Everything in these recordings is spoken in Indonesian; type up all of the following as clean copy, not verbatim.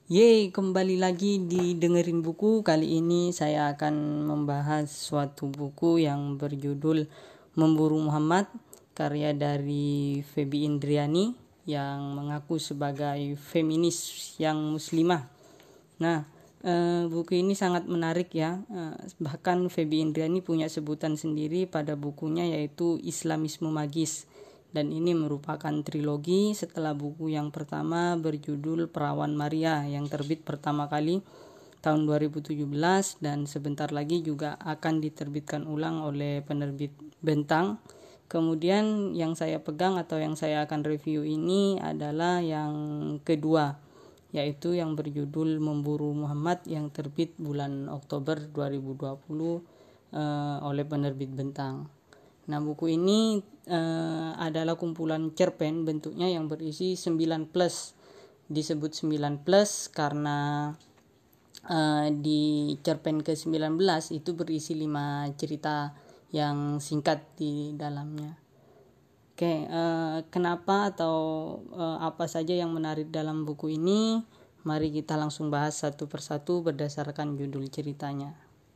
Yeay, kembali lagi di Dengerin Buku. Kali ini saya akan membahas suatu buku yang berjudul Memburu Muhammad, karya dari Feby Indriani yang mengaku sebagai feminis yang muslimah. Nah, buku ini sangat menarik ya. Bahkan Feby Indriani punya sebutan sendiri pada bukunya, yaitu Islamisme Magis. Dan ini merupakan trilogi setelah buku yang pertama berjudul Perawan Maria yang terbit pertama kali tahun 2017 dan sebentar lagi juga akan diterbitkan ulang oleh penerbit Bentang. Kemudian yang saya pegang atau yang saya akan review ini adalah yang kedua, yaitu yang berjudul Memburu Muhammad yang terbit bulan Oktober 2020 oleh penerbit Bentang. Nah, buku ini adalah kumpulan cerpen bentuknya yang berisi 9+. Disebut 9+ karena di cerpen ke-19 itu berisi 5 cerita yang singkat di dalamnya. Oke, kenapa atau apa saja yang menarik dalam buku ini? Mari kita langsung bahas satu persatu berdasarkan judul ceritanya.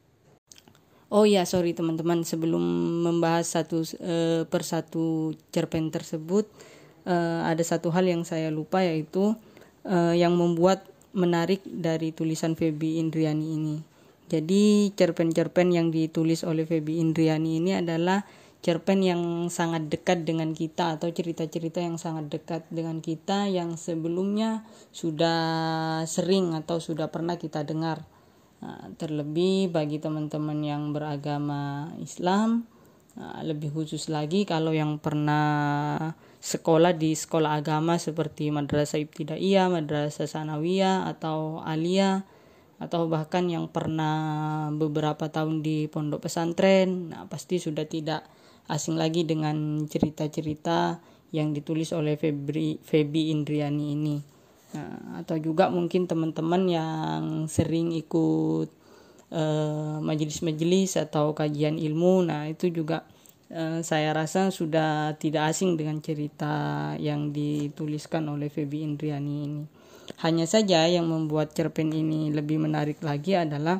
Oh ya, sorry teman-teman, sebelum membahas satu persatu cerpen tersebut, ada satu hal yang saya lupa, yaitu yang membuat menarik dari tulisan Feby Indriani ini. Jadi cerpen-cerpen yang ditulis oleh Feby Indriani ini adalah cerpen yang sangat dekat dengan kita, atau cerita-cerita yang sangat dekat dengan kita yang sebelumnya sudah sering atau sudah pernah kita dengar. Nah, terlebih bagi teman-teman yang beragama Islam, lebih khusus lagi kalau yang pernah sekolah di sekolah agama seperti Madrasah Ibtidaiyah, Madrasah Sanawiyah atau Aliyah, atau bahkan yang pernah beberapa tahun di pondok pesantren, nah pasti sudah tidak asing lagi dengan cerita-cerita yang ditulis oleh Feby Indriani ini. Nah, atau juga mungkin teman-teman yang sering ikut majelis-majelis atau kajian ilmu, nah itu juga saya rasa sudah tidak asing dengan cerita yang dituliskan oleh Feby Indriani ini. Hanya saja yang membuat cerpen ini lebih menarik lagi adalah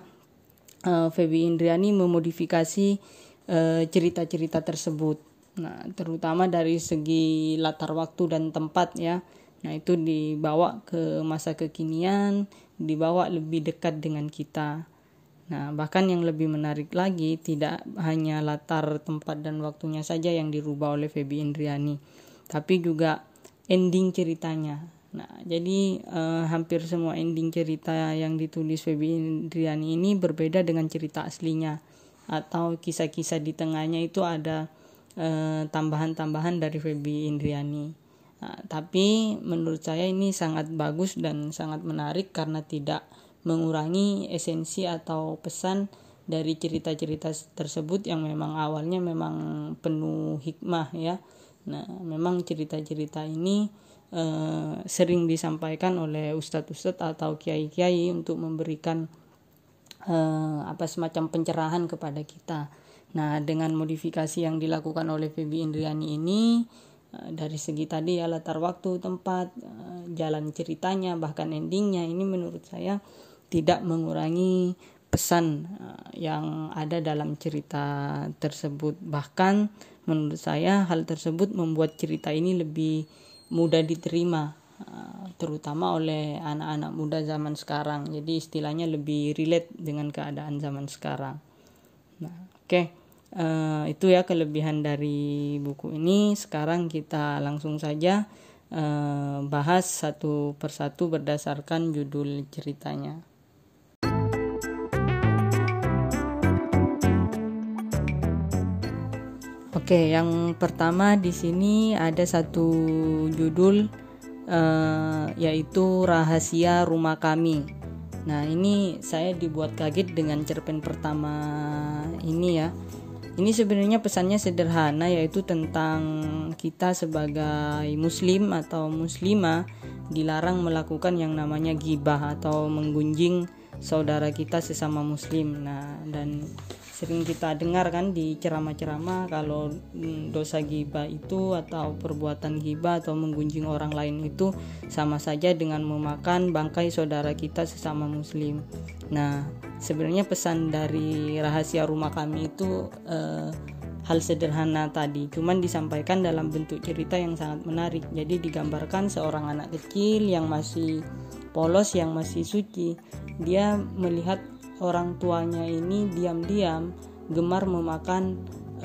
Feby Indriani memodifikasi cerita-cerita tersebut. Nah, terutama dari segi latar waktu dan tempat ya. Nah, itu dibawa ke masa kekinian, dibawa lebih dekat dengan kita. Nah, bahkan yang lebih menarik lagi, tidak hanya latar tempat dan waktunya saja yang dirubah oleh Feby Indriani, tapi juga ending ceritanya. Nah, jadi hampir semua ending cerita yang ditulis Feby Indriani ini berbeda dengan cerita aslinya, atau kisah-kisah di tengahnya itu ada tambahan-tambahan dari Feby Indriani. Nah, tapi menurut saya ini sangat bagus dan sangat menarik karena tidak mengurangi esensi atau pesan dari cerita-cerita tersebut yang memang awalnya memang penuh hikmah ya. Nah, memang cerita-cerita ini sering disampaikan oleh ustadz-ustadz atau kiai-kiai untuk memberikan semacam pencerahan kepada kita. Nah, dengan modifikasi yang dilakukan oleh Feby Indriani ini, dari segi tadi ya, latar waktu, tempat, jalan ceritanya, bahkan endingnya, ini menurut saya tidak mengurangi pesan yang ada dalam cerita tersebut. Bahkan menurut saya hal tersebut membuat cerita ini lebih mudah diterima, terutama oleh anak-anak muda zaman sekarang. Jadi istilahnya lebih relate dengan keadaan zaman sekarang. Nah, oke. Itu ya kelebihan dari buku ini. Sekarang kita langsung saja bahas satu persatu berdasarkan judul ceritanya. Oke, yang pertama di sini ada satu judul yaitu Rahasia Rumah Kami. Nah, ini saya dibuat kaget dengan cerpen pertama ini ya. Ini sebenarnya pesannya sederhana, yaitu tentang kita sebagai muslim atau muslimah dilarang melakukan yang namanya ghibah atau menggunjing saudara kita sesama muslim. Nah, dan sering kita dengar kan di ceramah-ceramah kalau dosa ghibah itu atau perbuatan ghibah atau menggunjing orang lain itu sama saja dengan memakan bangkai saudara kita sesama muslim. Nah, sebenarnya pesan dari Rahasia Rumah Kami itu hal sederhana tadi, cuman disampaikan dalam bentuk cerita yang sangat menarik. Jadi digambarkan seorang anak kecil yang masih polos, yang masih suci. Dia melihat orang tuanya ini diam-diam gemar memakan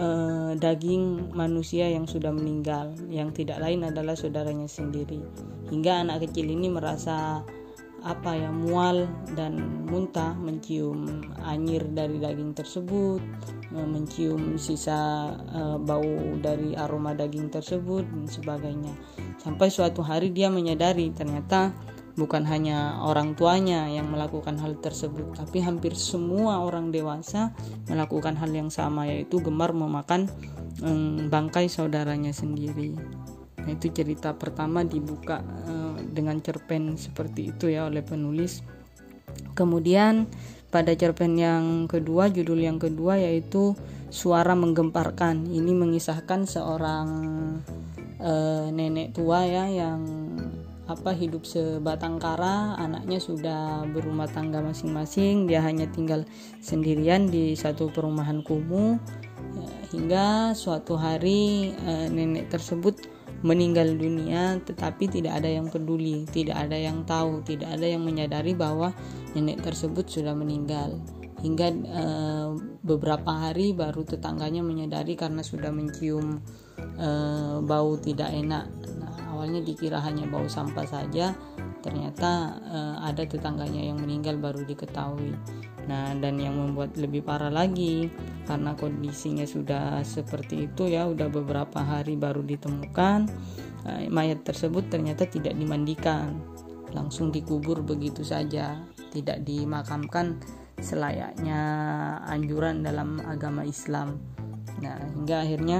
daging manusia yang sudah meninggal, yang tidak lain adalah saudaranya sendiri. Hingga anak kecil ini merasa mual dan muntah, mencium anyir dari daging tersebut, mencium sisa bau dari aroma daging tersebut dan sebagainya. Sampai suatu hari dia menyadari ternyata bukan hanya orang tuanya yang melakukan hal tersebut, tapi hampir semua orang dewasa melakukan hal yang sama, yaitu gemar memakan bangkai saudaranya sendiri. Nah, itu cerita pertama dibuka dengan cerpen seperti itu ya oleh penulis. Kemudian pada cerpen yang kedua, judul yang kedua yaitu Suara Menggemparkan. Ini mengisahkan seorang nenek tua ya yang hidup sebatang kara, anaknya sudah berumah tangga masing-masing, dia hanya tinggal sendirian di satu perumahan kumuh, hingga suatu hari nenek tersebut meninggal dunia, tetapi tidak ada yang peduli, tidak ada yang tahu, tidak ada yang menyadari bahwa nenek tersebut sudah meninggal. Hingga beberapa hari baru tetangganya menyadari karena sudah mencium bau tidak enak. Awalnya dikira hanya bau sampah saja, ternyata ada tetangganya yang meninggal, baru diketahui. Nah, dan yang membuat lebih parah lagi, karena kondisinya sudah seperti itu ya, udah beberapa hari baru ditemukan, mayat tersebut ternyata tidak dimandikan, langsung dikubur begitu saja, tidak dimakamkan selayaknya anjuran dalam agama Islam. Nah, hingga akhirnya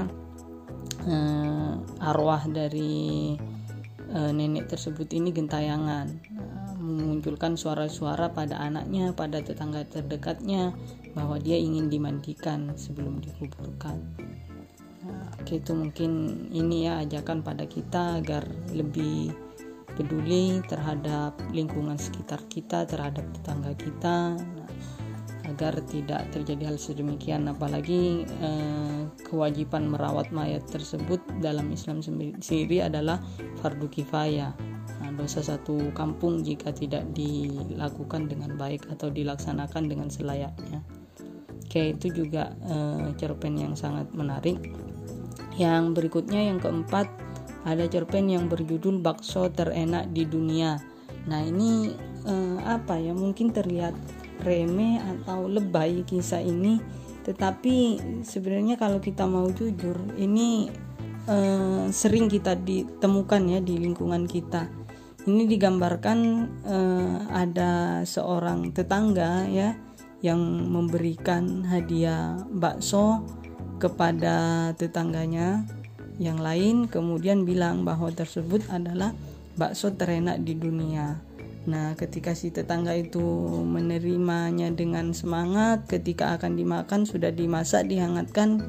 arwah dari nenek tersebut ini gentayangan, memunculkan suara-suara pada anaknya, pada tetangga terdekatnya, bahwa dia ingin dimandikan sebelum dikuburkan. Nah, itu mungkin ini ya ajakan pada kita agar lebih peduli terhadap lingkungan sekitar kita, terhadap tetangga kita, agar tidak terjadi hal sedemikian. Apalagi kewajiban merawat mayat tersebut dalam Islam sendiri adalah fardu kifayah. Nah, dosa satu kampung jika tidak dilakukan dengan baik atau dilaksanakan dengan selayaknya. Oke, itu juga cerpen yang sangat menarik. Yang berikutnya, yang keempat, ada cerpen yang berjudul Bakso Terenak di Dunia. Nah, ini mungkin terlihat remeh atau lebay kisah ini, tetapi sebenarnya kalau kita mau jujur, ini sering kita ditemukan ya di lingkungan kita. Ini digambarkan ada seorang tetangga ya yang memberikan hadiah bakso kepada tetangganya yang lain, kemudian bilang bahwa tersebut adalah bakso terenak di dunia. Nah, ketika si tetangga itu menerimanya dengan semangat, ketika akan dimakan sudah dimasak, dihangatkan,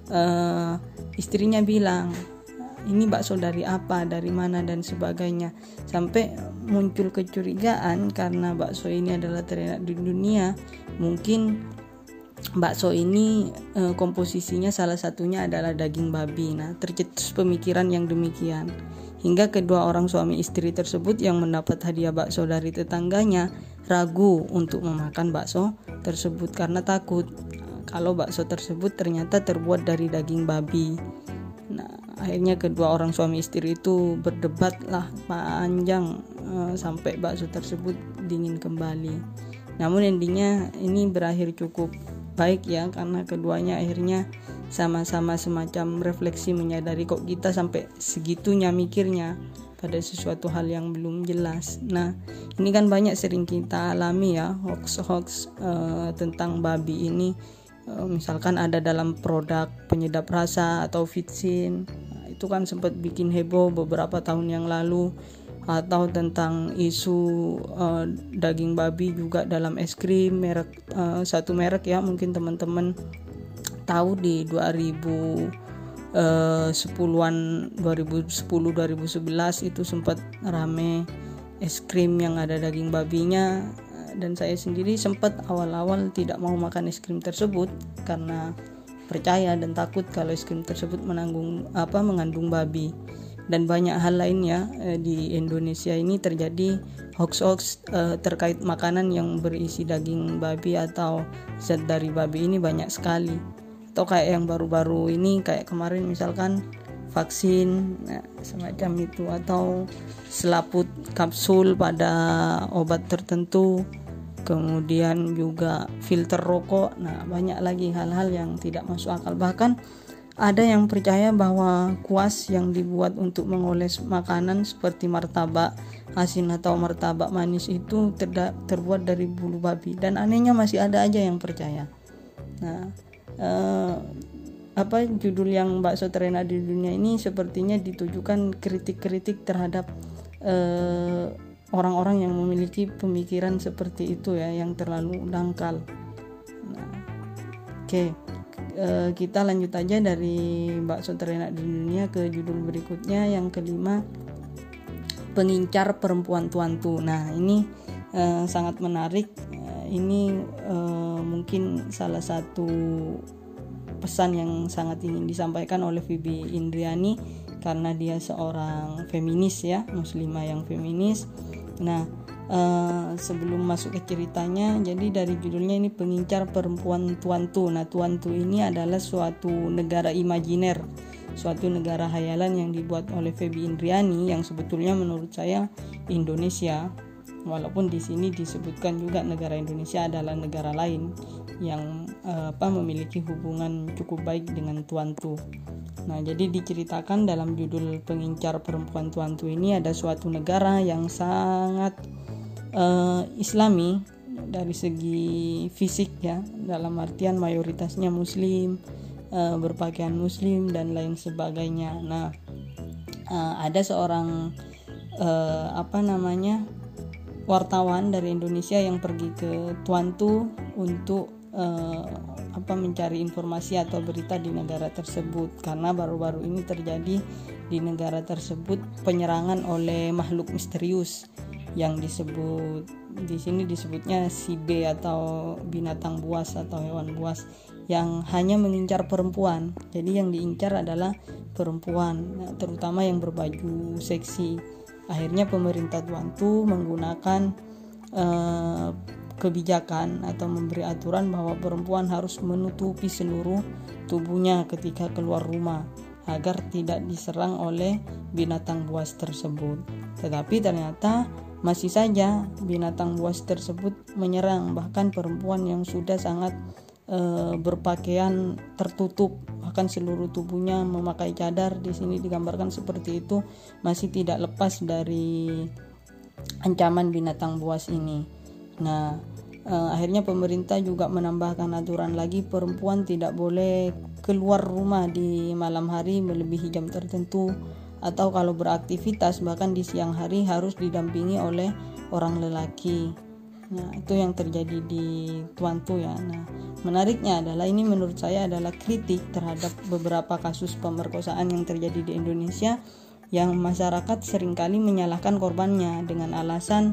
istrinya bilang, ini bakso dari apa, dari mana, dan sebagainya. Sampai muncul kecurigaan karena bakso ini adalah terenak di dunia. Mungkin bakso ini komposisinya salah satunya adalah daging babi. Nah, tercetus pemikiran yang demikian. Hingga kedua orang suami istri tersebut yang mendapat hadiah bakso dari tetangganya ragu untuk memakan bakso tersebut karena takut kalau bakso tersebut ternyata terbuat dari daging babi. Nah, akhirnya kedua orang suami istri itu berdebatlah panjang sampai bakso tersebut dingin kembali. Namun endingnya ini berakhir cukup baik ya, karena keduanya akhirnya sama-sama semacam refleksi, menyadari kok kita sampai segitunya mikirnya pada sesuatu hal yang belum jelas. Nah, ini kan banyak sering kita alami ya, hoax tentang babi ini. Misalkan ada dalam produk penyedap rasa atau vitsin. Nah, itu kan sempat bikin heboh beberapa tahun yang lalu. atau tentang isu daging babi juga dalam es krim satu merek ya, mungkin teman-teman tahu di 2010-an 2010-2011 itu sempat rame es krim yang ada daging babinya, dan saya sendiri sempat awal-awal tidak mau makan es krim tersebut karena percaya dan takut kalau es krim tersebut mengandung babi. Dan banyak hal lainnya di Indonesia ini terjadi hoax terkait makanan yang berisi daging babi atau zat dari babi ini banyak sekali. Atau kayak yang baru-baru ini, kayak kemarin misalkan vaksin semacam itu, atau selaput kapsul pada obat tertentu, kemudian juga filter rokok. Banyak lagi hal-hal yang tidak masuk akal. Bahkan ada yang percaya bahwa kuas yang dibuat untuk mengoles makanan seperti martabak asin atau martabak manis itu terbuat dari bulu babi, dan anehnya masih ada aja yang percaya. Judul yang bakso terenak di dunia ini sepertinya ditujukan kritik-kritik terhadap orang-orang yang memiliki pemikiran seperti itu ya, yang terlalu dangkal. Kita lanjut aja dari bakso terenak di dunia ke judul berikutnya, yang kelima, pengincar perempuan tuantu. Ini sangat menarik. Ini mungkin salah satu pesan yang sangat ingin disampaikan oleh Fibi Indriani, karena dia seorang feminis ya, muslimah yang feminis. Sebelum masuk ke ceritanya, jadi dari judulnya ini pengincar perempuan tuantu. Tuantu ini adalah suatu negara imajiner, suatu negara hayalan yang dibuat oleh Fibi Indriani, yang sebetulnya menurut saya Indonesia. Walaupun di sini disebutkan juga negara Indonesia adalah negara lain yang memiliki hubungan cukup baik dengan tuantu. Jadi diceritakan dalam judul pengincar perempuan tuantu ini ada suatu negara yang sangat Islami dari segi fisik ya, dalam artian mayoritasnya muslim, berpakaian muslim dan lain sebagainya. Ada seorang wartawan dari Indonesia yang pergi ke tuantu untuk mencari informasi atau berita di negara tersebut, karena baru-baru ini terjadi di negara tersebut penyerangan oleh makhluk misterius yang disebut di sini disebutnya sibe atau binatang buas atau hewan buas yang hanya mengincar perempuan. Jadi yang diincar adalah perempuan, terutama yang berbaju seksi. Akhirnya pemerintah tuantu menggunakan kebijakan atau memberi aturan bahwa perempuan harus menutupi seluruh tubuhnya ketika keluar rumah agar tidak diserang oleh binatang buas tersebut. Tetapi ternyata masih saja binatang buas tersebut menyerang bahkan perempuan yang sudah sangat berpakaian tertutup, bahkan seluruh tubuhnya memakai cadar. Di sini digambarkan seperti itu, masih tidak lepas dari ancaman binatang buas ini. Akhirnya pemerintah juga menambahkan aturan lagi, perempuan tidak boleh keluar rumah di malam hari melebihi jam tertentu, atau kalau beraktivitas bahkan di siang hari harus didampingi oleh orang lelaki. Itu yang terjadi di tuantu ya. Menariknya adalah ini menurut saya adalah kritik terhadap beberapa kasus pemerkosaan yang terjadi di Indonesia, yang masyarakat seringkali menyalahkan korbannya dengan alasan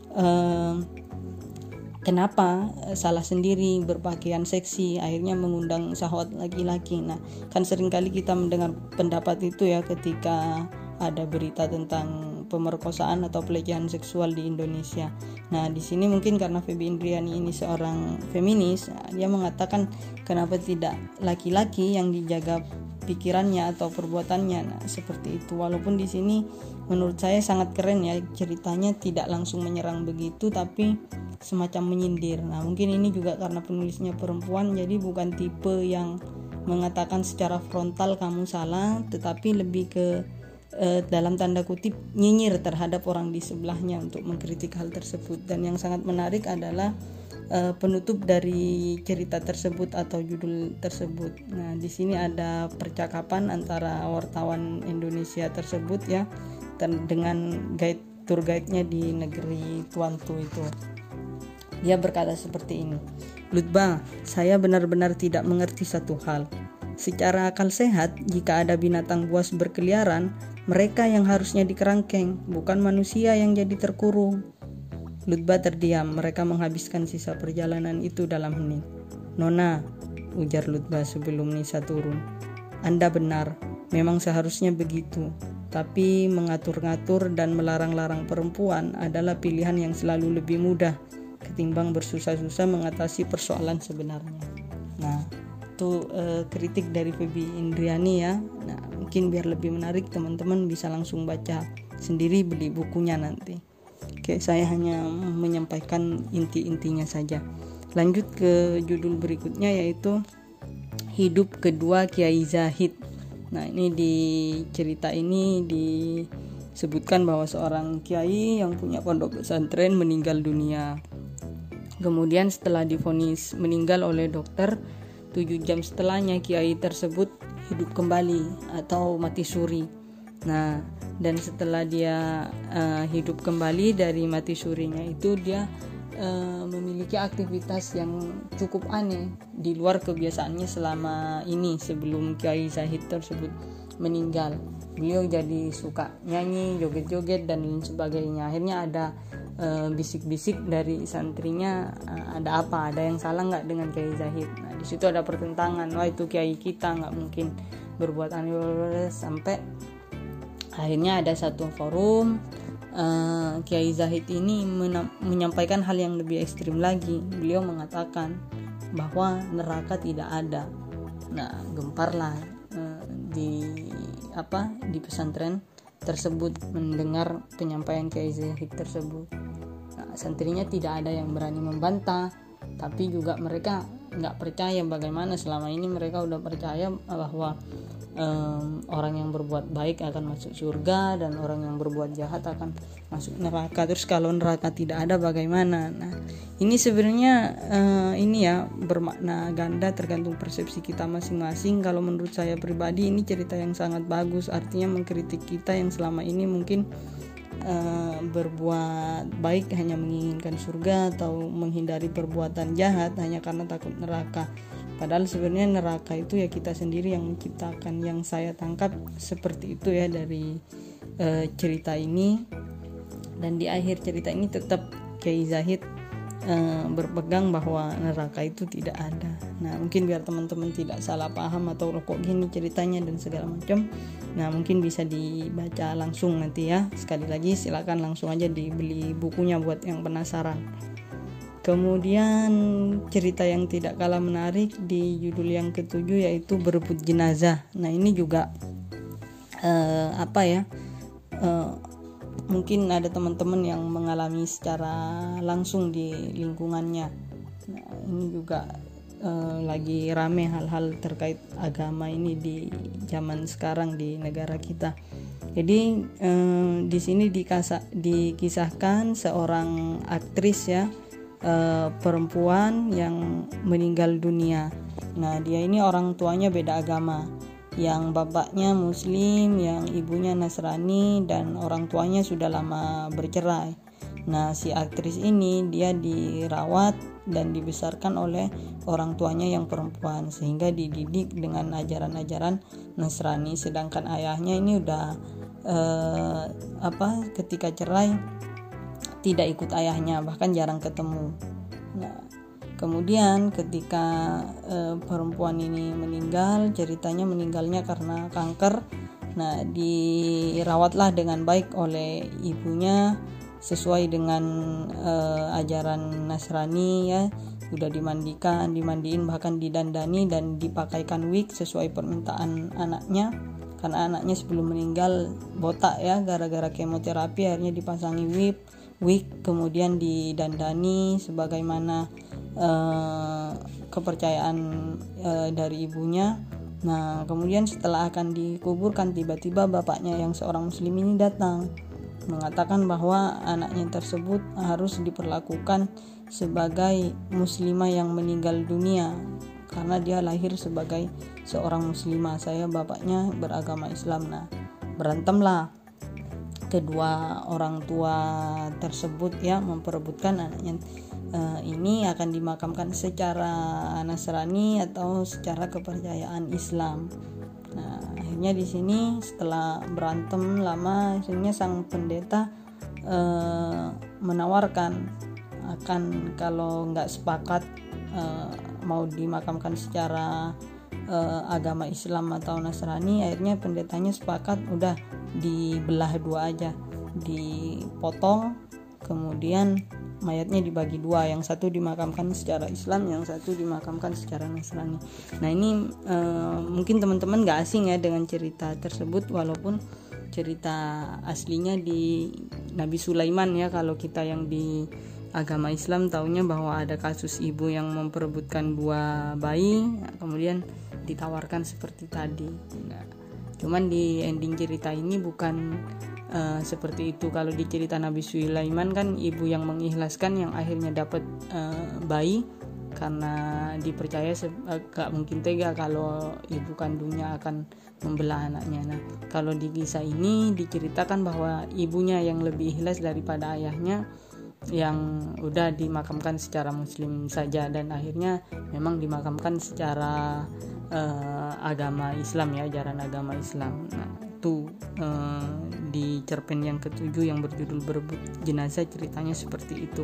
kenapa salah sendiri berpakaian seksi, akhirnya mengundang syahwat laki-laki. Kan seringkali kita mendengar pendapat itu ya ketika ada berita tentang pemerkosaan atau pelecehan seksual di Indonesia. Di sini mungkin karena Fibi Indriani ini seorang feminis, dia mengatakan kenapa tidak laki-laki yang dijaga pikirannya atau perbuatannya. Seperti itu. Walaupun di sini menurut saya sangat keren ya ceritanya, tidak langsung menyerang begitu tapi semacam menyindir. Mungkin ini juga karena penulisnya perempuan, jadi bukan tipe yang mengatakan secara frontal kamu salah, tetapi lebih ke dalam tanda kutip nyinyir terhadap orang di sebelahnya untuk mengkritik hal tersebut. Dan yang sangat menarik adalah penutup dari cerita tersebut atau judul tersebut. Di sini ada percakapan antara wartawan Indonesia tersebut ya dengan guide tour guide-nya di negeri Tuantu itu. Dia berkata seperti ini, "Lutbah, saya benar-benar tidak mengerti satu hal. Secara akal sehat, jika ada binatang buas berkeliaran, mereka yang harusnya dikerangkeng, bukan manusia yang jadi terkurung." Lutbah terdiam. Mereka menghabiskan sisa perjalanan itu dalam hening. "Nona," ujar Lutbah sebelum Nisa turun, "Anda benar, memang seharusnya begitu. Tapi mengatur-ngatur dan melarang-larang perempuan adalah pilihan yang selalu lebih mudah ketimbang bersusah-susah mengatasi persoalan sebenarnya." Nah, itu kritik dari Feby Indriani ya. Nah, mungkin biar lebih menarik teman-teman bisa langsung baca sendiri, beli bukunya nanti. Oke, saya hanya menyampaikan inti-intinya saja. Lanjut ke judul berikutnya, yaitu Hidup Kedua Kiai Zahid. Nah, ini di cerita ini disebutkan bahwa seorang kiai yang punya pondok pesantren meninggal dunia. Kemudian setelah divonis meninggal oleh dokter, 7 jam setelahnya kiai tersebut hidup kembali atau mati suri. Nah, dan setelah dia hidup kembali dari mati surinya itu, dia memiliki aktivitas yang cukup aneh di luar kebiasaannya selama ini sebelum Kiai Zahid tersebut meninggal. Beliau jadi suka nyanyi, joget-joget dan lain sebagainya. Akhirnya ada bisik-bisik dari santrinya, ada apa, ada yang salah nggak dengan Kiai Zahid. Nah, di situ ada pertentangan, wah itu kiai kita nggak mungkin berbuat aneh, sampai akhirnya ada satu forum. Kiai Zahid ini menyampaikan hal yang lebih ekstrim lagi. Beliau mengatakan bahwa neraka tidak ada. Nah, gemparlah di pesantren tersebut mendengar penyampaian Kiai Zahid tersebut. Nah, santrinya tidak ada yang berani membantah, tapi juga mereka nggak percaya. Bagaimana selama ini mereka udah percaya bahwa orang yang berbuat baik akan masuk surga dan orang yang berbuat jahat akan masuk neraka. Terus kalau neraka tidak ada bagaimana? Nah, ini sebenarnya ini ya bermakna ganda, tergantung persepsi kita masing-masing. Kalau menurut saya pribadi ini cerita yang sangat bagus, artinya mengkritik kita yang selama ini mungkin berbuat baik hanya menginginkan surga atau menghindari perbuatan jahat hanya karena takut neraka. Padahal sebenarnya neraka itu ya kita sendiri yang menciptakan. Yang saya tangkap seperti itu ya dari cerita ini. Dan di akhir cerita ini tetap Kiai Zahid berpegang bahwa neraka itu tidak ada. Nah, mungkin biar teman-teman tidak salah paham atau kok gini ceritanya dan segala macam. Nah, mungkin bisa dibaca langsung nanti ya. Sekali lagi silakan langsung aja dibeli bukunya buat yang penasaran. Kemudian cerita yang tidak kalah menarik di judul yang ke-7 yaitu Berebut Jenazah. Nah, ini juga mungkin ada teman-teman yang mengalami secara langsung di lingkungannya. Nah, ini juga lagi rame hal-hal terkait agama ini di zaman sekarang di negara kita. Jadi di sini dikisahkan seorang aktris ya, perempuan yang meninggal dunia. Nah, dia ini orang tuanya beda agama, yang bapaknya Muslim, yang ibunya Nasrani, dan orang tuanya sudah lama bercerai. Nah, si aktris ini dia dirawat dan dibesarkan oleh orang tuanya yang perempuan, sehingga dididik dengan ajaran-ajaran Nasrani. Sedangkan ayahnya ini udah ketika cerai tidak ikut ayahnya, bahkan jarang ketemu. Nah, kemudian ketika perempuan ini meninggal, ceritanya meninggalnya karena kanker. Nah, dirawatlah dengan baik oleh ibunya sesuai dengan ajaran Nasrani ya. Sudah dimandiin, bahkan didandani dan dipakaikan wig sesuai permintaan anaknya. Karena anaknya sebelum meninggal botak ya, gara-gara kemoterapi, akhirnya dipasangi wig, kemudian didandani sebagaimana kepercayaan dari ibunya. Nah, kemudian setelah akan dikuburkan, tiba-tiba bapaknya yang seorang Muslim ini datang mengatakan bahwa anaknya tersebut harus diperlakukan sebagai muslimah yang meninggal dunia karena dia lahir sebagai seorang muslimah. Saya bapaknya beragama Islam. Nah, berantemlah kedua orang tua tersebut ya memperebutkan anaknya ini akan dimakamkan secara Nasrani atau secara kepercayaan Islam. Nah, akhirnya di sini setelah berantem lama, akhirnya sang pendeta menawarkan akan kalau nggak sepakat mau dimakamkan secara agama Islam atau Nasrani, akhirnya pendetanya sepakat udah dibelah dua aja, dipotong, kemudian mayatnya dibagi dua, yang satu dimakamkan secara Islam, yang satu dimakamkan secara Nasrani. Nah ini mungkin teman-teman gak asing ya dengan cerita tersebut, walaupun cerita aslinya di Nabi Sulaiman ya. Kalau kita yang di agama Islam taunya bahwa ada kasus ibu yang memperebutkan dua bayi, kemudian ditawarkan seperti tadi. Nah, cuman di ending cerita ini bukan seperti itu. Kalau di cerita Nabi Sulaiman kan ibu yang mengikhlaskan yang akhirnya dapat bayi, karena dipercaya gak mungkin tega kalau ibu kandungnya akan membelah anaknya. Nah, kalau di kisah ini diceritakan bahwa ibunya yang lebih ikhlas daripada ayahnya yang udah dimakamkan secara muslim saja, dan akhirnya memang dimakamkan secara agama Islam ya, ajaran agama Islam. Nah, itu di cerpen yang ke-7 yang berjudul Berebut Jenazah ceritanya seperti itu.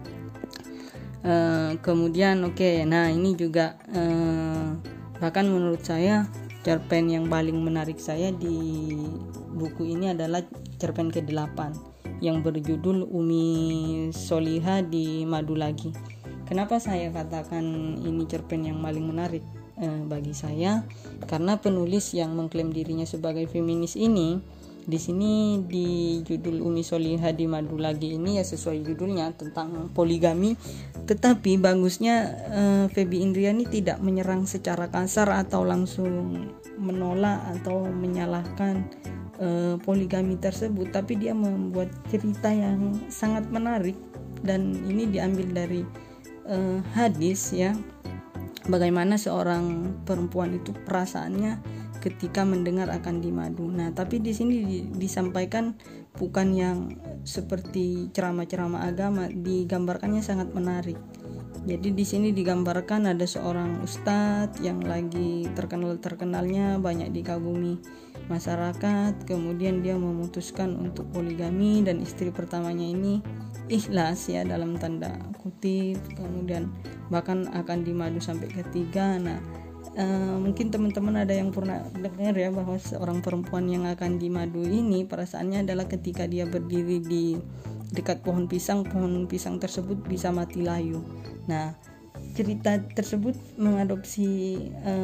Kemudian nah ini juga bahkan menurut saya cerpen yang paling menarik saya di buku ini adalah cerpen ke-8 yang berjudul Umi Soliha di Madu Lagi. Kenapa saya katakan ini cerpen yang paling menarik bagi saya? Karena penulis yang mengklaim dirinya sebagai feminis ini, di sini di judul Umi Soliha di Madu Lagi ini ya sesuai judulnya tentang poligami, tetapi bagusnya Feby Indriani tidak menyerang secara kasar atau langsung menolak atau menyalahkan poligami tersebut, tapi dia membuat cerita yang sangat menarik, dan ini diambil dari hadis ya, bagaimana seorang perempuan itu perasaannya ketika mendengar akan dimadu. Nah, tapi di sini disampaikan bukan yang seperti ceramah-ceramah agama, digambarkannya sangat menarik. Jadi di sini digambarkan ada seorang ustadz yang lagi terkenalnya, banyak dikagumi masyarakat, kemudian dia memutuskan untuk poligami, dan istri pertamanya ini ikhlas ya dalam tanda kutip, kemudian bahkan akan dimadu sampai ketiga. Nah, mungkin teman-teman ada yang pernah dengar ya bahwa seorang perempuan yang akan dimadu ini perasaannya adalah ketika dia berdiri di dekat pohon pisang tersebut bisa mati layu. Nah, cerita tersebut mengadopsi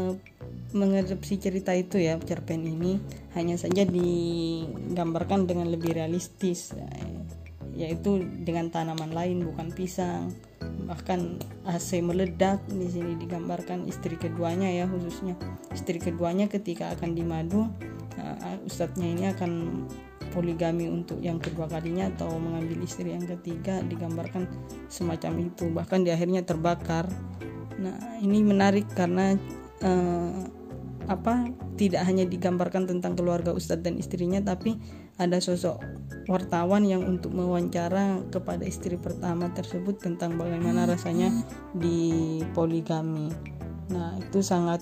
cerita itu ya, cerpen ini hanya saja digambarkan dengan lebih realistis, yaitu dengan tanaman lain bukan pisang. Bahkan AC meledak di sini digambarkan istri keduanya ya, khususnya istri keduanya ketika akan dimadu, ustadznya ini akan poligami untuk yang kedua kalinya atau mengambil istri yang ketiga, digambarkan semacam itu, bahkan di akhirnya terbakar. Nah, ini menarik karena tidak hanya digambarkan tentang keluarga ustadz dan istrinya, tapi ada sosok wartawan yang untuk mewawancara kepada istri pertama tersebut tentang bagaimana rasanya di poligami. Nah, itu sangat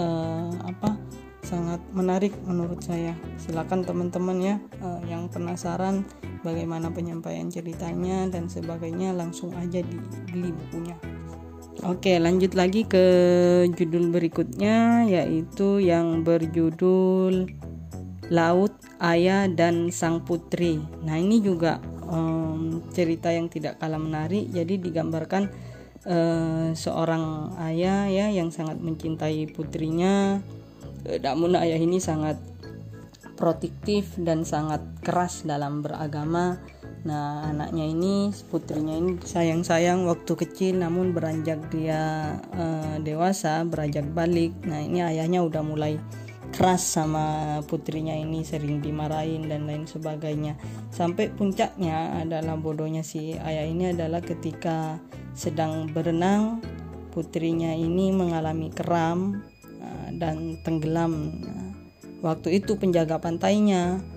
sangat menarik menurut saya. Silakan teman-teman ya yang penasaran bagaimana penyampaian ceritanya dan sebagainya, langsung aja dibeli bukunya. Oke, lanjut lagi ke judul berikutnya, yaitu yang berjudul Laut, Ayah dan Sang Putri. Nah, ini juga cerita yang tidak kalah menarik. Jadi digambarkan seorang ayah ya yang sangat mencintai putrinya. Namun ayah ini sangat protektif dan sangat keras dalam beragama. Nah, anaknya ini, putrinya ini sayang-sayang waktu kecil, namun beranjak dia dewasa, beranjak balik. Nah, ini ayahnya udah mulai keras sama putrinya ini, sering dimarahin dan lain sebagainya. Sampai puncaknya adalah bodohnya si ayah ini adalah ketika sedang berenang, putrinya ini mengalami kram dan tenggelam. Nah, waktu itu penjaga pantainya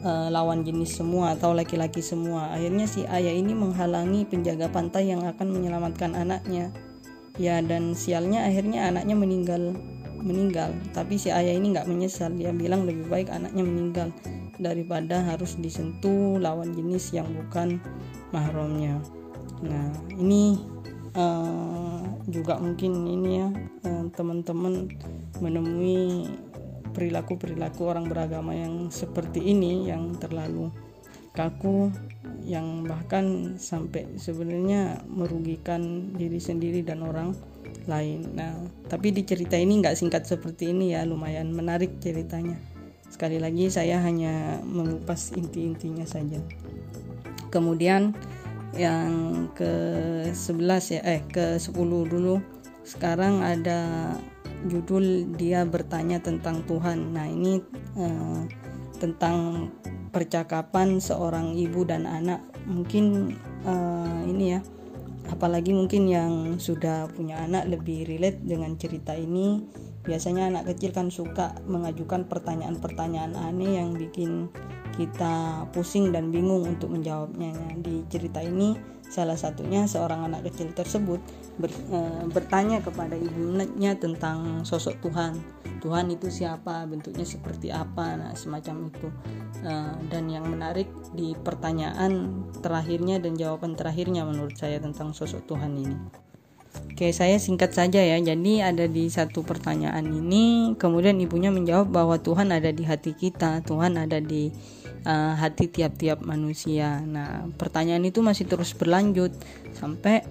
lawan jenis semua atau laki-laki semua. Akhirnya si ayah ini menghalangi penjaga pantai yang akan menyelamatkan anaknya. Ya, dan sialnya akhirnya anaknya meninggal. Tapi si ayah ini nggak menyesal. Dia bilang lebih baik anaknya meninggal daripada harus disentuh lawan jenis yang bukan mahramnya. Nah, ini juga mungkin ini ya, teman-teman menemui perilaku orang beragama yang seperti ini, yang terlalu kaku, yang bahkan sampai sebenarnya merugikan diri sendiri dan orang lain. Nah, tapi di cerita ini nggak singkat seperti ini ya, lumayan menarik ceritanya. Sekali lagi saya hanya mengupas inti-intinya saja. Kemudian yang ke-11 ke-10 dulu. Sekarang ada judul dia bertanya tentang Tuhan. Nah, ini tentang percakapan seorang ibu dan anak. Mungkin ini ya, apalagi mungkin yang sudah punya anak lebih relate dengan cerita ini. Biasanya anak kecil kan suka mengajukan pertanyaan-pertanyaan aneh yang bikin kita pusing dan bingung untuk menjawabnya. Nah, di cerita ini salah satunya seorang anak kecil tersebut bertanya kepada ibunya tentang sosok Tuhan. Tuhan itu siapa, bentuknya seperti apa, nah semacam itu. Dan yang menarik di pertanyaan terakhirnya dan jawaban terakhirnya menurut saya tentang sosok Tuhan ini. Oke, saya singkat saja ya. Jadi ada di satu pertanyaan ini, kemudian ibunya menjawab bahwa Tuhan ada di hati kita, Tuhan ada di hati tiap-tiap manusia. Nah, pertanyaan itu masih terus berlanjut sampai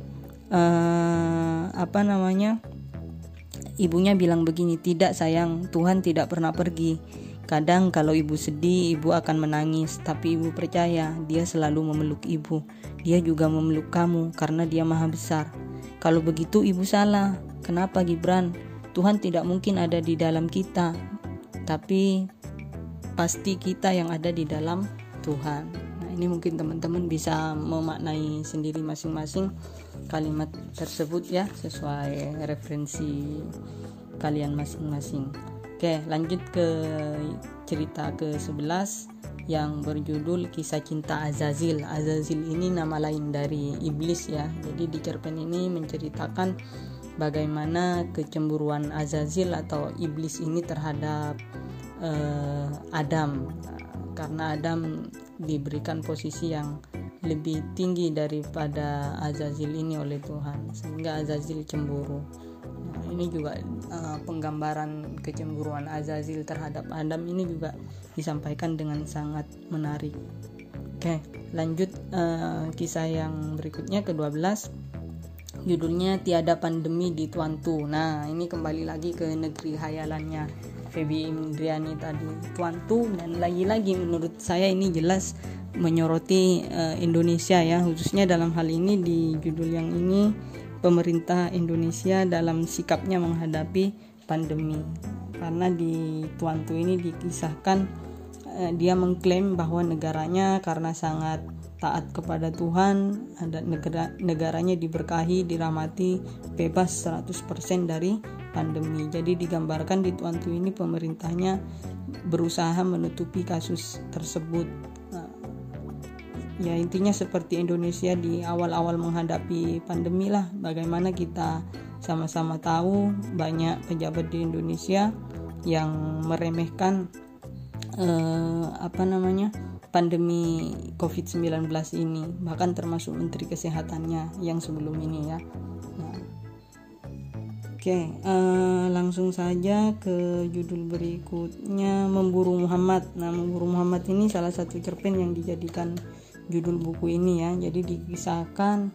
ibunya bilang begini, tidak sayang, Tuhan tidak pernah pergi. Kadang kalau ibu sedih, ibu akan menangis, tapi ibu percaya dia selalu memeluk ibu. Dia juga memeluk kamu karena dia maha besar. Kalau begitu ibu salah. Kenapa Gibran? Tuhan tidak mungkin ada di dalam kita, tapi pasti kita yang ada di dalam Tuhan. Nah, ini mungkin teman-teman bisa memaknai sendiri masing-masing kalimat tersebut ya, sesuai referensi kalian masing-masing. Oke, lanjut ke cerita ke-11 yang berjudul Kisah Cinta Azazil. Azazil ini nama lain dari iblis ya. Jadi di cerpen ini menceritakan bagaimana kecemburuan Azazil atau iblis ini terhadap Adam, karena Adam diberikan posisi yang lebih tinggi daripada Azazil ini oleh Tuhan, sehingga Azazil cemburu. Nah, ini juga penggambaran kecemburuan Azazil terhadap Adam ini juga disampaikan dengan sangat menarik. Oke, lanjut kisah yang berikutnya ke-12. Judulnya Tiada Pandemi di Tuantu. Nah, ini kembali lagi ke negeri hayalannya Febi Indriani tadi, Tuantu, dan lagi-lagi menurut saya ini jelas menyoroti Indonesia ya, khususnya dalam hal ini di judul yang ini, pemerintah Indonesia dalam sikapnya menghadapi pandemi. Karena di Tuantu ini dikisahkan dia mengklaim bahwa negaranya karena sangat taat kepada Tuhan, ada negaranya diberkahi, dirahmati, bebas 100% dari pandemi. Jadi digambarkan di Tuantu ini pemerintahnya berusaha menutupi kasus tersebut. Ya, intinya seperti Indonesia di awal-awal menghadapi pandemi lah. Bagaimana kita sama-sama tahu banyak pejabat di Indonesia yang meremehkan pandemi COVID-19 ini, bahkan termasuk Menteri Kesehatannya yang sebelum ini ya. Nah, langsung saja ke judul berikutnya, Memburu Muhammad. Nah, Memburu Muhammad ini salah satu cerpen yang dijadikan judul buku ini ya. Jadi dikisahkan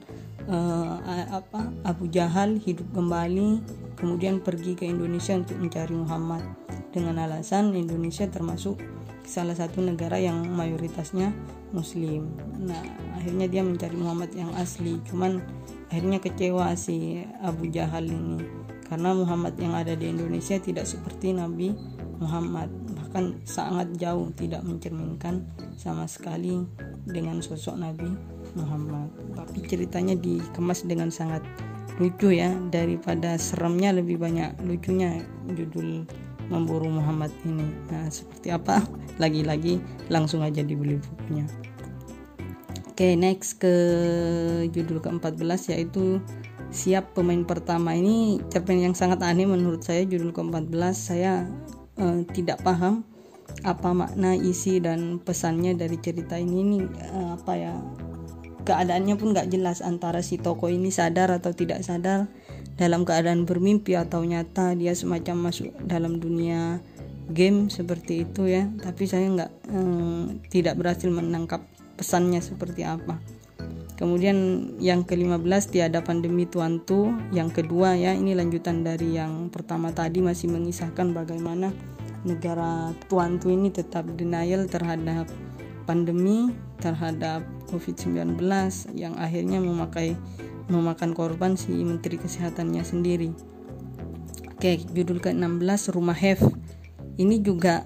Abu Jahal hidup kembali, kemudian pergi ke Indonesia untuk mencari Muhammad dengan alasan Indonesia termasuk salah satu negara yang mayoritasnya Muslim. Nah, akhirnya dia mencari Muhammad yang asli. Cuman akhirnya kecewa si Abu Jahal ini, karena Muhammad yang ada di Indonesia tidak seperti Nabi Muhammad, bahkan sangat jauh, tidak mencerminkan sama sekali dengan sosok Nabi Muhammad. Tapi ceritanya dikemas dengan sangat lucu ya, daripada seremnya lebih banyak lucunya judul Memburu Muhammad ini. Nah, seperti apa? Lagi-lagi langsung aja dibeli bukunya. Oke, next ke judul ke-14 yaitu Siap Pemain Pertama. Ini cerpen yang sangat aneh menurut saya. Judul ke-14 saya tidak paham apa makna, isi dan pesannya dari cerita ini. Apa ya, keadaannya pun gak jelas antara si tokoh ini sadar atau tidak sadar, dalam keadaan bermimpi atau nyata dia semacam masuk dalam dunia game seperti itu ya. Tapi saya tidak berhasil menangkap pesannya seperti apa. Kemudian yang ke-15 Tiada Pandemi Tuantu. Yang kedua ya, ini lanjutan dari yang pertama tadi, masih mengisahkan bagaimana negara Tuantu ini tetap denial terhadap pandemi, terhadap COVID-19 yang akhirnya memakan korban si Menteri Kesehatannya sendiri. Oke, judul ke-16 Rumah Have. Ini juga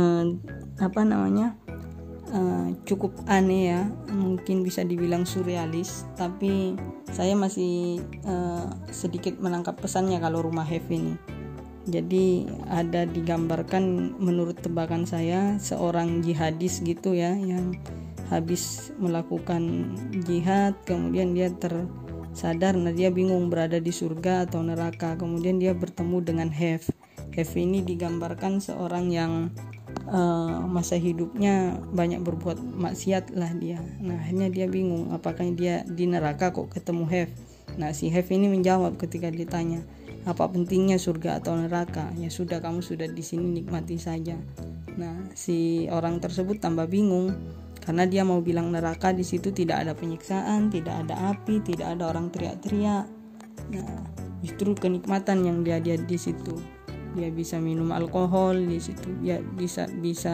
cukup aneh ya, mungkin bisa dibilang surrealis, tapi saya masih sedikit menangkap pesannya kalau Rumah Have ini. Jadi ada digambarkan menurut tebakan saya seorang jihadis gitu ya, yang habis melakukan jihad, kemudian dia tersadar, dia bingung berada di surga atau neraka. Kemudian dia bertemu dengan Have. Have ini digambarkan seorang yang masa hidupnya banyak berbuat maksiat lah dia. Nah, akhirnya dia bingung apakah dia di neraka kok ketemu Have. Nah, si Have ini menjawab ketika ditanya, apa pentingnya surga atau neraka? Ya sudah, kamu sudah di sini, nikmati saja. Nah, si orang tersebut tambah bingung karena dia mau bilang neraka, di situ tidak ada penyiksaan, tidak ada api, tidak ada orang teriak-teriak. Nah, justru kenikmatan yang dia lihat di situ. Dia bisa minum alkohol di situ, dia bisa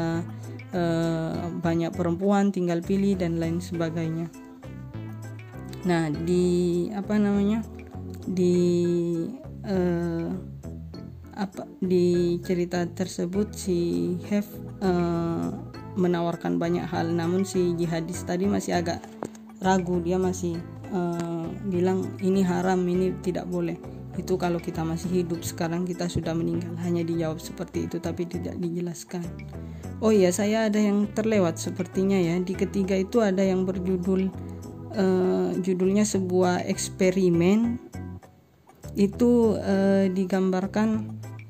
banyak perempuan, tinggal pilih dan lain sebagainya. Nah, di cerita tersebut si Have menawarkan banyak hal, namun si jihadis tadi masih agak ragu. Dia masih bilang ini haram, ini tidak boleh. Itu kalau kita masih hidup, sekarang kita sudah meninggal. Hanya dijawab seperti itu tapi tidak dijelaskan. Oh iya, saya ada yang terlewat sepertinya ya. Di ketiga itu ada yang berjudul judulnya sebuah eksperimen. Itu digambarkan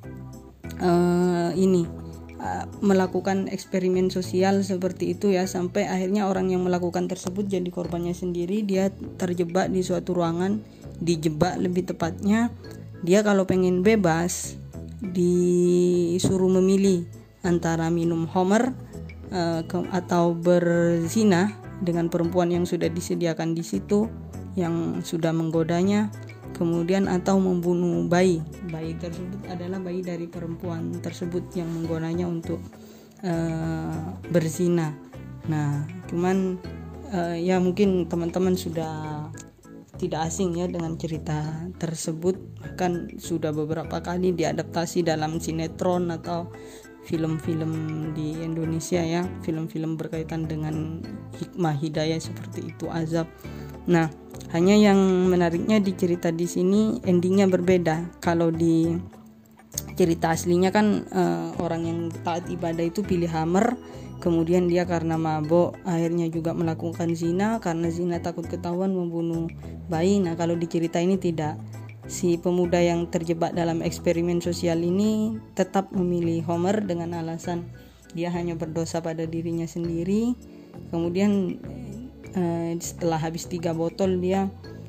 melakukan eksperimen sosial seperti itu ya, sampai akhirnya orang yang melakukan tersebut jadi korbannya sendiri. Dia terjebak di suatu ruangan, dijebak lebih tepatnya. Dia kalau pengen bebas disuruh memilih antara minum homer atau berzina dengan perempuan yang sudah disediakan di situ yang sudah menggodanya, kemudian atau membunuh bayi. Bayi tersebut adalah bayi dari perempuan tersebut yang menggodanya untuk berzina. Nah, cuman ya mungkin teman-teman sudah tidak asing ya dengan cerita tersebut, bahkan sudah beberapa kali diadaptasi dalam sinetron atau film-film di Indonesia ya, film-film berkaitan dengan hikmah hidayah seperti itu, azab. Nah, hanya yang menariknya di cerita di sini endingnya berbeda. Kalau di cerita aslinya kan orang yang taat ibadah itu pilih hammer, kemudian dia karena mabuk akhirnya juga melakukan zina, karena zina takut ketahuan membunuh bayi. Nah, kalau di cerita ini tidak. Si pemuda yang terjebak dalam eksperimen sosial ini tetap memilih Homer dengan alasan dia hanya berdosa pada dirinya sendiri. Kemudian setelah habis 3 botol dia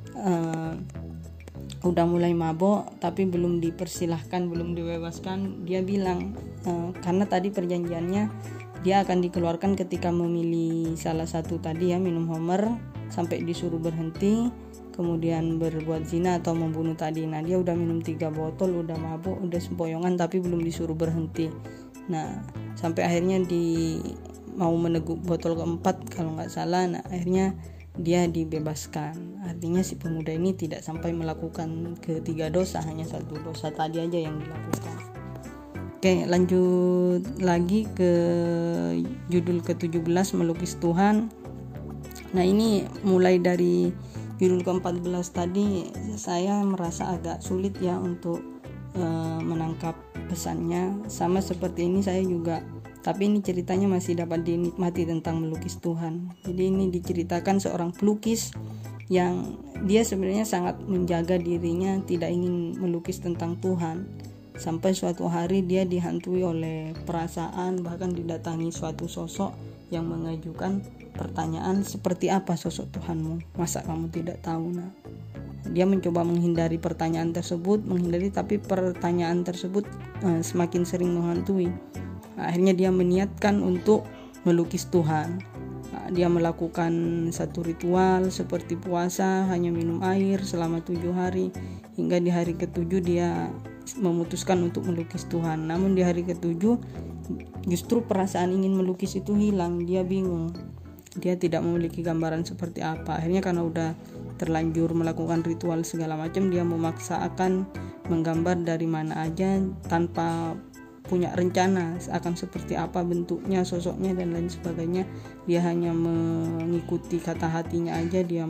udah mulai mabok, tapi belum dipersilahkan, belum dibebaskan. Dia bilang karena tadi perjanjiannya dia akan dikeluarkan ketika memilih salah satu tadi ya, minum Homer sampai disuruh berhenti, kemudian berbuat zina atau membunuh tadi. Nah, dia udah minum 3 botol, udah mabuk, udah sempoyongan, tapi belum disuruh berhenti. Nah, sampai akhirnya mau meneguk botol keempat kalau nggak salah. Nah, akhirnya dia dibebaskan. Artinya si pemuda ini tidak sampai melakukan ketiga dosa, hanya 1 dosa tadi aja yang dilakukan. Oke, lanjut lagi ke judul ke-17 Melukis Tuhan. Nah, ini mulai dari judul ke-14 tadi saya merasa agak sulit ya untuk menangkap pesannya. Sama seperti ini saya juga, tapi ini ceritanya masih dapat dinikmati tentang melukis Tuhan. Jadi ini diceritakan seorang pelukis yang dia sebenarnya sangat menjaga dirinya, tidak ingin melukis tentang Tuhan. Sampai suatu hari dia dihantui oleh perasaan, bahkan didatangi suatu sosok yang mengajukan pertanyaan, seperti apa sosok Tuhanmu? Masa kamu tidak tahu? Nah, dia mencoba menghindari pertanyaan tersebut, tapi pertanyaan tersebut semakin sering menghantui. Akhirnya dia meniatkan untuk melukis Tuhan. Dia melakukan satu ritual seperti puasa, hanya minum air selama 7 hari, hingga di hari ke-7 dia memutuskan untuk melukis Tuhan. Namun di hari ke-7 justru perasaan ingin melukis itu hilang. Dia bingung, dia tidak memiliki gambaran seperti apa. Akhirnya karena udah terlanjur melakukan ritual segala macam, dia memaksa akan menggambar dari mana aja tanpa punya rencana akan seperti apa bentuknya, sosoknya dan lain sebagainya. Dia hanya mengikuti kata hatinya aja. Dia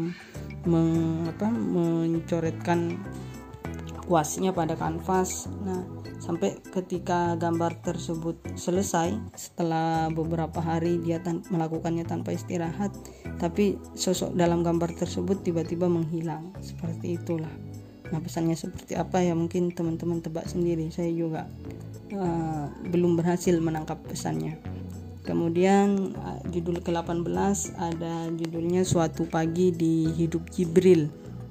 mencoretkan kuasnya pada kanvas. Nah, sampai ketika gambar tersebut selesai, setelah beberapa hari dia melakukannya tanpa istirahat, tapi sosok dalam gambar tersebut tiba-tiba menghilang. Seperti itulah. Nah, pesannya seperti apa ya, mungkin teman-teman tebak sendiri. Saya juga belum berhasil menangkap pesannya. Kemudian judul ke-18 ada judulnya Suatu Pagi di Hidup Jibril.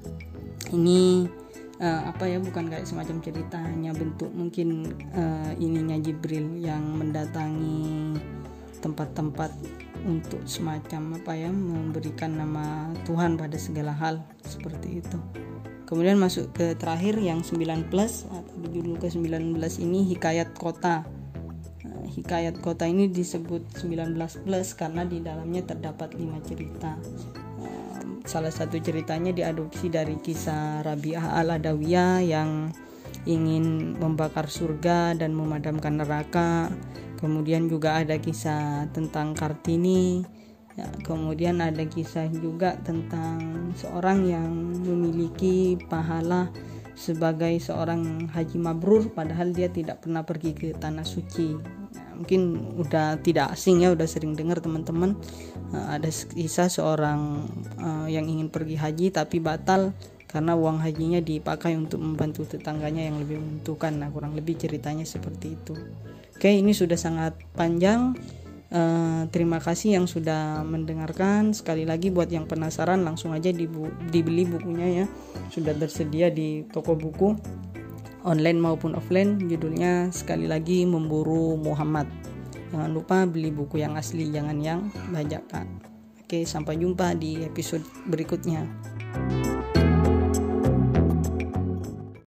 Ini bukan kayak semacam cerita, hanya bentuk mungkin ininya Jibril yang mendatangi tempat-tempat untuk semacam memberikan nama Tuhan pada segala hal, seperti itu. Kemudian masuk ke terakhir yang 9+ atau di judul ke-19 ini Hikayat Kota. Hikayat Kota ini disebut 19+ karena di dalamnya terdapat 5 cerita. Salah satu ceritanya diadopsi dari kisah Rabi'ah al-Adawiyah yang ingin membakar surga dan memadamkan neraka. Kemudian juga ada kisah tentang Kartini. Ya, kemudian ada kisah juga tentang seorang yang memiliki pahala sebagai seorang haji mabrur padahal dia tidak pernah pergi ke tanah suci. Mungkin udah tidak asing ya, udah sering dengar teman-teman. Ada kisah seorang yang ingin pergi haji tapi batal karena uang hajinya dipakai untuk membantu tetangganya yang lebih membutuhkan. Nah, kurang lebih ceritanya seperti itu. Oke, ini sudah sangat panjang. Terima kasih yang sudah mendengarkan. Sekali lagi buat yang penasaran langsung aja dibeli bukunya ya. Sudah tersedia di toko buku online maupun offline. Judulnya sekali lagi Memburu Muhammad. Jangan lupa beli buku yang asli, jangan yang bajakan. Oke, sampai jumpa di episode berikutnya.